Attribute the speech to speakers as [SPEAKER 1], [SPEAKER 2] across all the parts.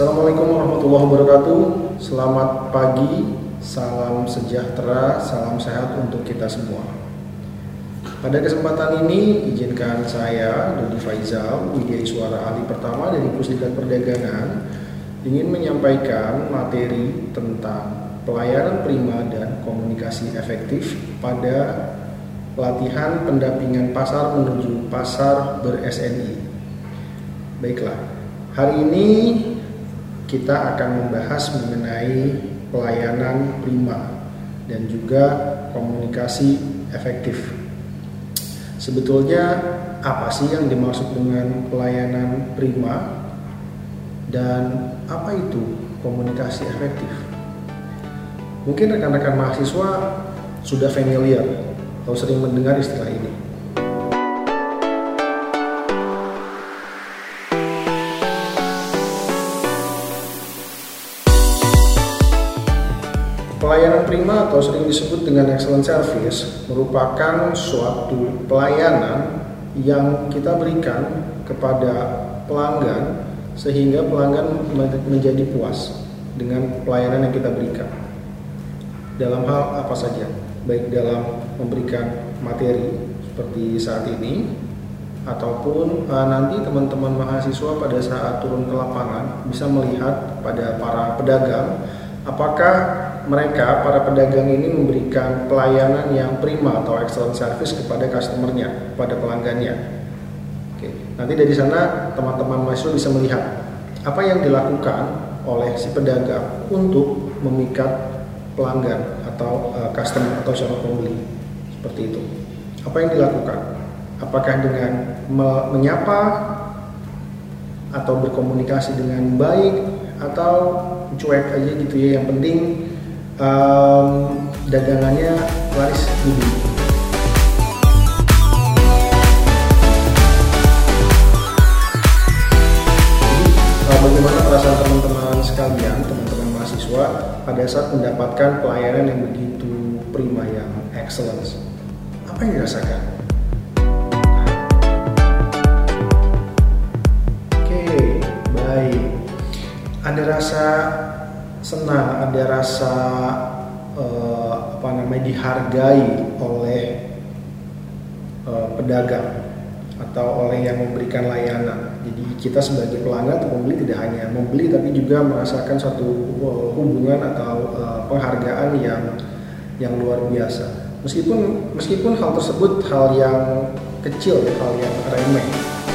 [SPEAKER 1] Assalamualaikum warahmatullahi wabarakatuh. Selamat pagi, salam sejahtera, salam sehat untuk kita semua. Pada kesempatan ini, izinkan saya, Dodi Faizal, Widya Iswara Ahli Pertama dari Pusdikat Perdagangan, ingin menyampaikan materi tentang pelayanan prima dan komunikasi efektif pada pelatihan pendampingan pasar menuju pasar ber-SNI. Baiklah, hari ini kita akan membahas mengenai pelayanan prima dan juga komunikasi efektif. Sebetulnya apa sih yang dimaksud dengan pelayanan prima dan apa itu komunikasi efektif? Mungkin rekan-rekan mahasiswa sudah familiar atau sering mendengar istilah ini. Pelayanan prima atau sering disebut dengan excellent service merupakan suatu pelayanan yang kita berikan kepada pelanggan sehingga pelanggan menjadi puas dengan pelayanan yang kita berikan. Dalam hal apa saja, baik dalam memberikan materi seperti saat ini ataupun nanti teman-teman mahasiswa pada saat turun ke lapangan bisa melihat pada para pedagang apakah mereka, para pedagang ini memberikan pelayanan yang prima atau excellent service kepada customernya, kepada pelanggannya. Oke, nanti dari sana teman-teman mahasiswa bisa melihat apa yang dilakukan oleh si pedagang untuk memikat pelanggan atau customer atau calon pembeli. Seperti itu. Apa yang dilakukan? Apakah dengan menyapa atau berkomunikasi dengan baik atau cuek aja gitu ya, yang penting dagangannya laris dulu. Jadi bagaimana perasaan teman-teman sekalian, teman-teman mahasiswa pada saat mendapatkan pelayanan yang begitu prima, yang excellence? Apa yang dirasakan? Oke, baik. Ada rasa senang, ada rasa dihargai oleh pedagang atau oleh yang memberikan layanan. Jadi kita sebagai pelanggan atau pembeli tidak hanya membeli tapi juga merasakan satu hubungan atau penghargaan yang luar biasa. Meskipun hal tersebut hal yang kecil, hal yang remeh.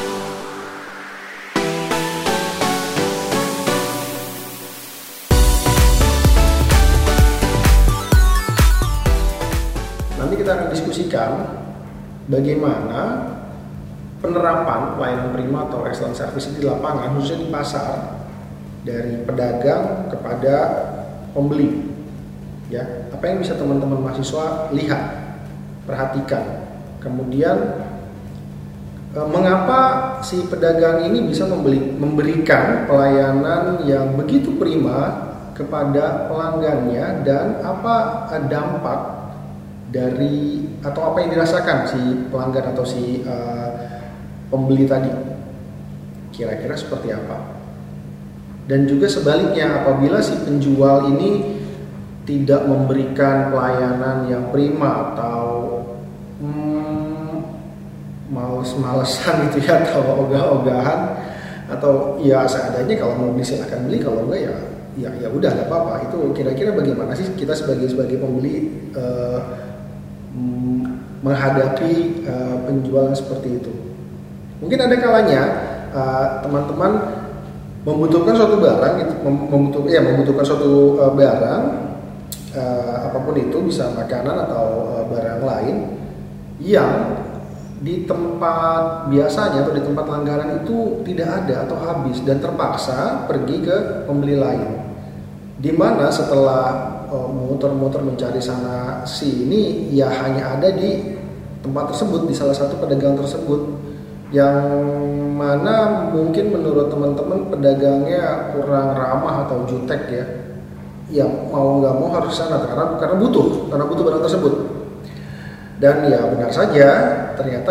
[SPEAKER 1] Nanti kita akan diskusikan bagaimana penerapan pelayanan prima atau excellent service di lapangan, khususnya di pasar, dari pedagang kepada pembeli. Ya, apa yang bisa teman-teman mahasiswa lihat, perhatikan. Kemudian mengapa si pedagang ini bisa memberikan pelayanan yang begitu prima kepada pelanggannya, dan apa dampak dari atau apa yang dirasakan si pelanggan atau si pembeli tadi, kira-kira seperti apa. Dan juga sebaliknya, apabila si penjual ini tidak memberikan pelayanan yang prima atau males-malesan gitu ya, atau ogah-ogahan, atau ya seadanya, kalau mau beli silakan beli, kalau enggak ya udah, nggak apa-apa. Itu kira-kira bagaimana sih kita sebagai pembeli menghadapi penjualan seperti itu? Mungkin ada kalanya teman-teman membutuhkan suatu barang, membutuhkan suatu barang, apapun itu, bisa makanan atau barang lain yang di tempat biasanya atau di tempat langganan itu tidak ada atau habis, dan terpaksa pergi ke pembeli lain. Dimana setelah muter-muter mencari sana sini, ya hanya ada di tempat tersebut, di salah satu pedagang tersebut, yang mana mungkin menurut teman-teman pedagangnya kurang ramah atau jutek ya. Ya mau nggak mau harus sana karena butuh barang tersebut. Dan ya benar saja, ternyata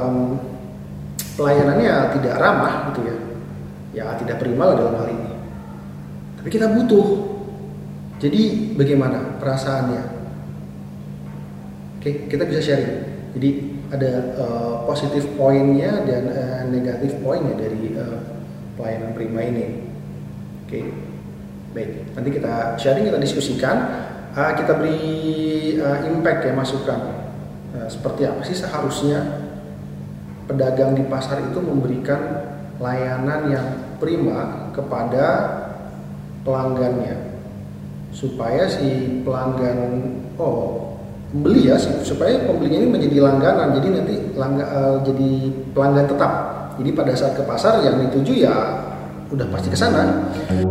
[SPEAKER 1] pelayanannya tidak ramah gitu ya. Ya tidak prima lah dalam hal ini. Tapi kita butuh. Jadi bagaimana perasaannya? Oke, kita bisa sharing. Jadi ada positif poinnya dan negatif poinnya dari pelayanan Prima ini. Oke, baik. Nanti kita sharing, kita diskusikan, kita beri impact ya, masukan. Seperti apa sih seharusnya pedagang di pasar itu memberikan layanan yang prima kepada pelanggannya, supaya si pelanggan pembeli ya, supaya pembelinya ini menjadi langganan, jadi nanti jadi pelanggan tetap. Jadi pada saat ke pasar yang dituju ya udah pasti ke sana.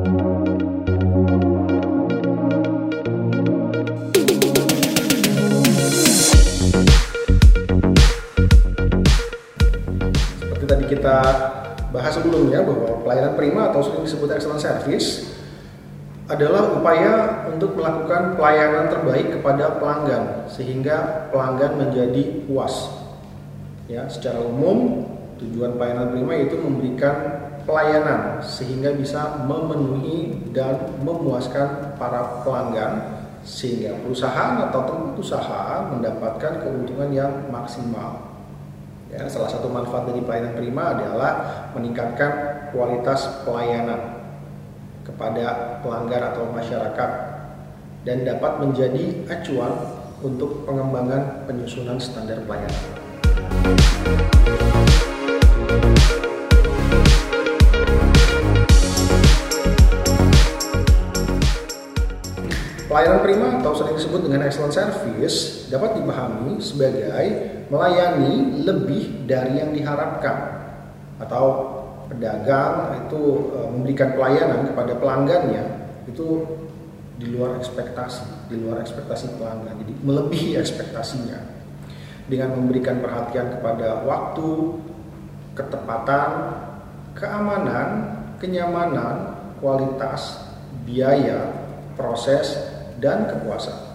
[SPEAKER 1] Seperti tadi kita bahas sebelumnya bahwa pelayanan Prima atau sering disebut excellent service adalah upaya untuk melakukan pelayanan terbaik kepada pelanggan sehingga pelanggan menjadi puas. Ya, secara umum tujuan pelayanan Prima itu memberikan pelayanan sehingga bisa memenuhi dan memuaskan para pelanggan sehingga perusahaan atau tempat usaha mendapatkan keuntungan yang maksimal. Ya, salah satu manfaat dari pelayanan Prima adalah meningkatkan kualitas pelayanan kepada pelanggan atau masyarakat dan dapat menjadi acuan untuk pengembangan penyusunan standar pelayanan. Pelayanan Prima atau sering disebut dengan excellent service dapat dipahami sebagai melayani lebih dari yang diharapkan, atau pedagang itu memberikan pelayanan kepada pelanggannya itu di luar ekspektasi pelanggan, jadi melebihi ekspektasinya dengan memberikan perhatian kepada waktu, ketepatan, keamanan, kenyamanan, kualitas, biaya, proses, dan kepuasan.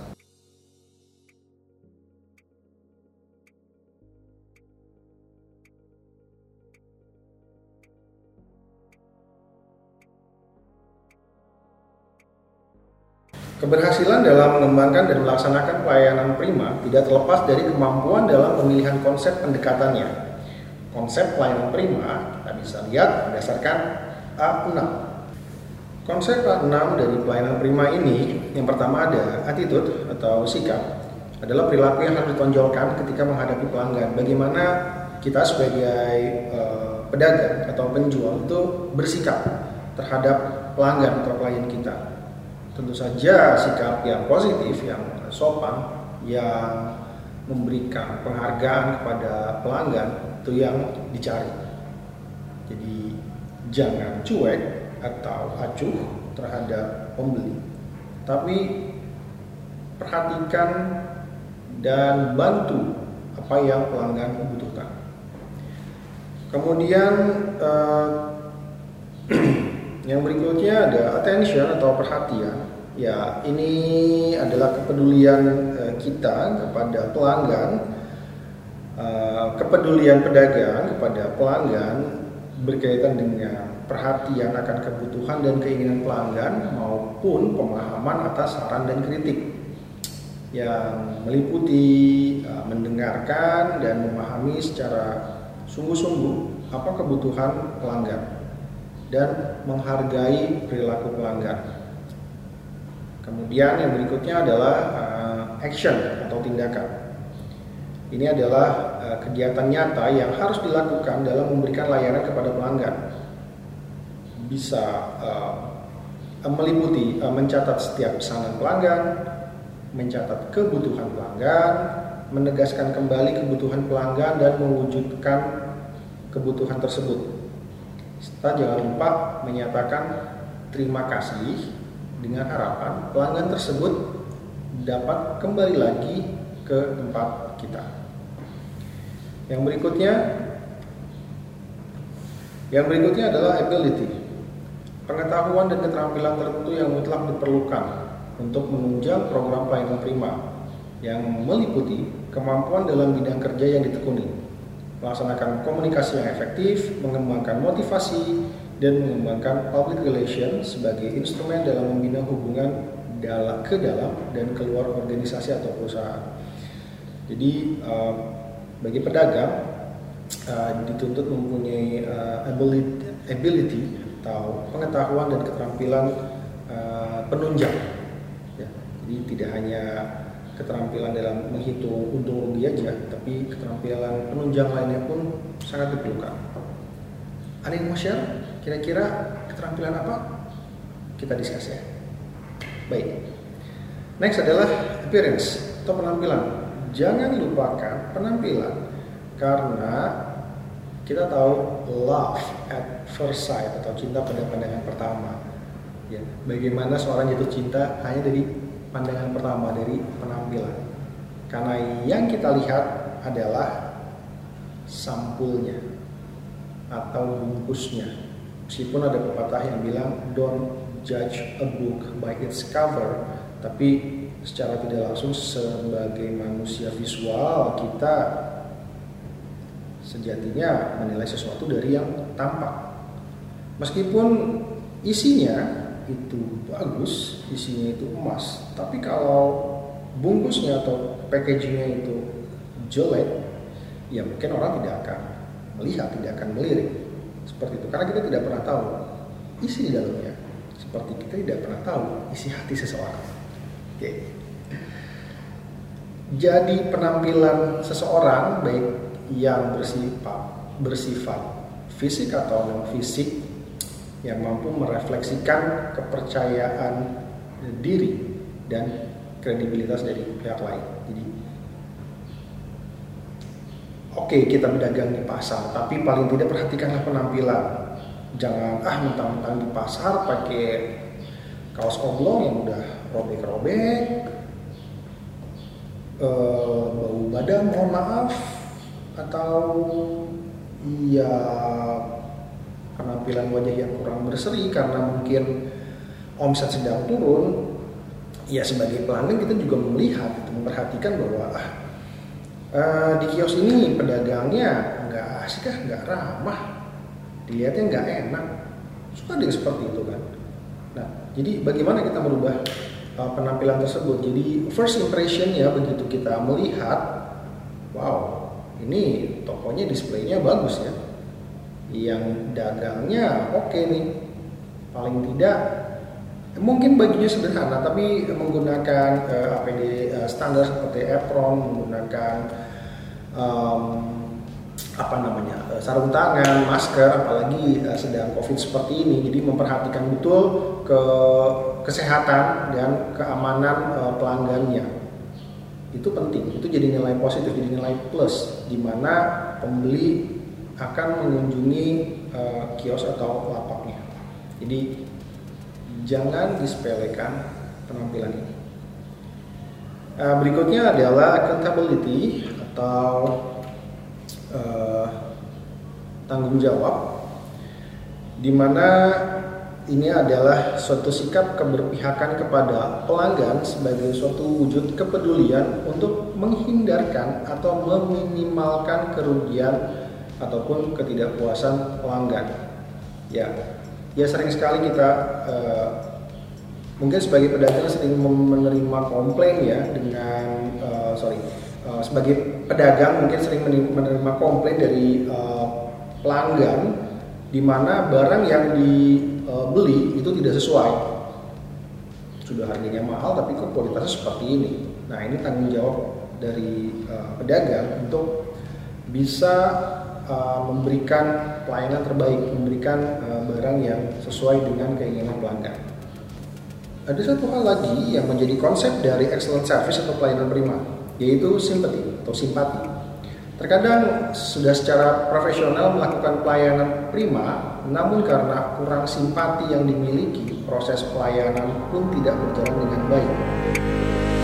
[SPEAKER 1] Keberhasilan dalam mengembangkan dan melaksanakan pelayanan Prima tidak terlepas dari kemampuan dalam pemilihan konsep pendekatannya. Konsep pelayanan Prima kita bisa lihat berdasarkan A6. Konsep A6 dari pelayanan Prima ini, yang pertama ada attitude atau sikap, adalah perilaku yang harus ditonjolkan ketika menghadapi pelanggan. Bagaimana kita sebagai pedagang atau penjual itu bersikap terhadap pelanggan atau klien kita. Tentu saja sikap yang positif, yang sopan, yang memberikan penghargaan kepada pelanggan itu yang dicari. Jadi jangan cuek atau acuh terhadap pembeli, tapi perhatikan dan bantu apa yang pelanggan butuhkan. Kemudian yang berikutnya ada attention atau perhatian. Ya, ini adalah kepedulian kita kepada pelanggan, kepedulian pedagang kepada pelanggan berkaitan dengan perhatian akan kebutuhan dan keinginan pelanggan maupun pemahaman atas saran dan kritik yang meliputi mendengarkan dan memahami secara sungguh-sungguh apa kebutuhan pelanggan dan menghargai perilaku pelanggan. Kemudian yang berikutnya adalah action atau tindakan. Ini adalah kegiatan nyata yang harus dilakukan dalam memberikan layanan kepada pelanggan. Bisa meliputi mencatat setiap pesanan pelanggan, mencatat kebutuhan pelanggan, menegaskan kembali kebutuhan pelanggan dan mewujudkan kebutuhan tersebut. Serta jangan lupa menyatakan terima kasih dengan harapan pelanggan tersebut dapat kembali lagi ke tempat kita. Yang berikutnya adalah ability. Pengetahuan dan keterampilan tertentu yang mutlak diperlukan untuk menunjang program pelayanan Prima yang meliputi kemampuan dalam bidang kerja yang ditekuni, melaksanakan komunikasi yang efektif, mengembangkan motivasi, dan mengembangkan public relations sebagai instrumen dalam membina hubungan ke dalam dan keluar organisasi atau perusahaan. Jadi bagi pedagang dituntut mempunyai ability atau pengetahuan dan keterampilan penunjang. Ya, jadi tidak hanya keterampilan dalam menghitung untung rugi aja, tapi keterampilan penunjang lainnya pun sangat diperlukan. Ada yang mau share? Kira-kira keterampilan apa? Kita discuss ya. Baik. Next adalah appearance atau penampilan. Jangan lupakan penampilan karena kita tahu love at first sight atau cinta pada pandangan pertama. Ya, bagaimana seorang jatuh cinta hanya dari pandangan pertama, dari penampilan. Karena yang kita lihat adalah sampulnya atau bungkusnya. Meskipun ada pepatah yang bilang don't judge a book by its cover, tapi secara tidak langsung sebagai manusia visual kita sejatinya menilai sesuatu dari yang tampak. Meskipun isinya itu bagus, isinya itu emas, tapi kalau bungkusnya atau packagingnya itu jelek, ya mungkin orang tidak akan melihat, tidak akan melirik seperti itu, karena kita tidak pernah tahu isi di dalamnya. Seperti kita tidak pernah tahu isi hati seseorang. Oke. Jadi penampilan seseorang baik yang bersifat fisik atau non fisik yang mampu merefleksikan kepercayaan diri dan kredibilitas dari pihak lain. Jadi oke, kita berdagang di pasar, tapi paling tidak perhatikanlah penampilan. Jangan mentang-mentang di pasar pakai kaos oblong yang udah robek-robek, bau badan mohon maaf, atau ya penampilan wajah yang kurang berseri karena mungkin omset sedang turun. Ya sebagai pelanggan kita juga melihat, memperhatikan bahwa di kios ini pedagangnya nggak asik, nggak ramah, dilihatnya nggak enak. Suka ada yang seperti itu kan. Nah, jadi bagaimana kita merubah penampilan tersebut? Jadi first impression ya, begitu kita melihat, wow, ini tokonya displaynya bagus ya, yang dagangnya oke nih, paling tidak mungkin bajunya sederhana tapi menggunakan APD standar seperti apron, menggunakan sarung tangan, masker, apalagi sedang COVID seperti ini. Jadi memperhatikan betul ke kesehatan dan keamanan pelanggannya. Itu penting, itu jadi nilai positif, jadi nilai plus, di mana pembeli akan mengunjungi kios atau lapaknya. Jadi jangan disepelekan penampilan ini. Berikutnya adalah accountability atau tanggung jawab, di mana ini adalah suatu sikap keberpihakan kepada pelanggan sebagai suatu wujud kepedulian untuk menghindarkan atau meminimalkan kerugian ataupun ketidakpuasan pelanggan. Ya sering sekali kita mungkin sebagai pedagang sering menerima komplain ya dengan sebagai pedagang mungkin sering menerima komplain dari pelanggan di mana barang yang dibeli itu tidak sesuai. Sudah harganya mahal tapi kok kualitasnya seperti ini. Nah, ini tanggung jawab dari pedagang untuk bisa memberikan pelayanan terbaik, memberikan barang yang sesuai dengan keinginan pelanggan. Ada satu hal lagi yang menjadi konsep dari excellent service atau pelayanan prima, yaitu sympathy atau simpati. Terkadang sudah secara profesional melakukan pelayanan prima, namun karena kurang simpati yang dimiliki, proses pelayanan pun tidak berjalan dengan baik.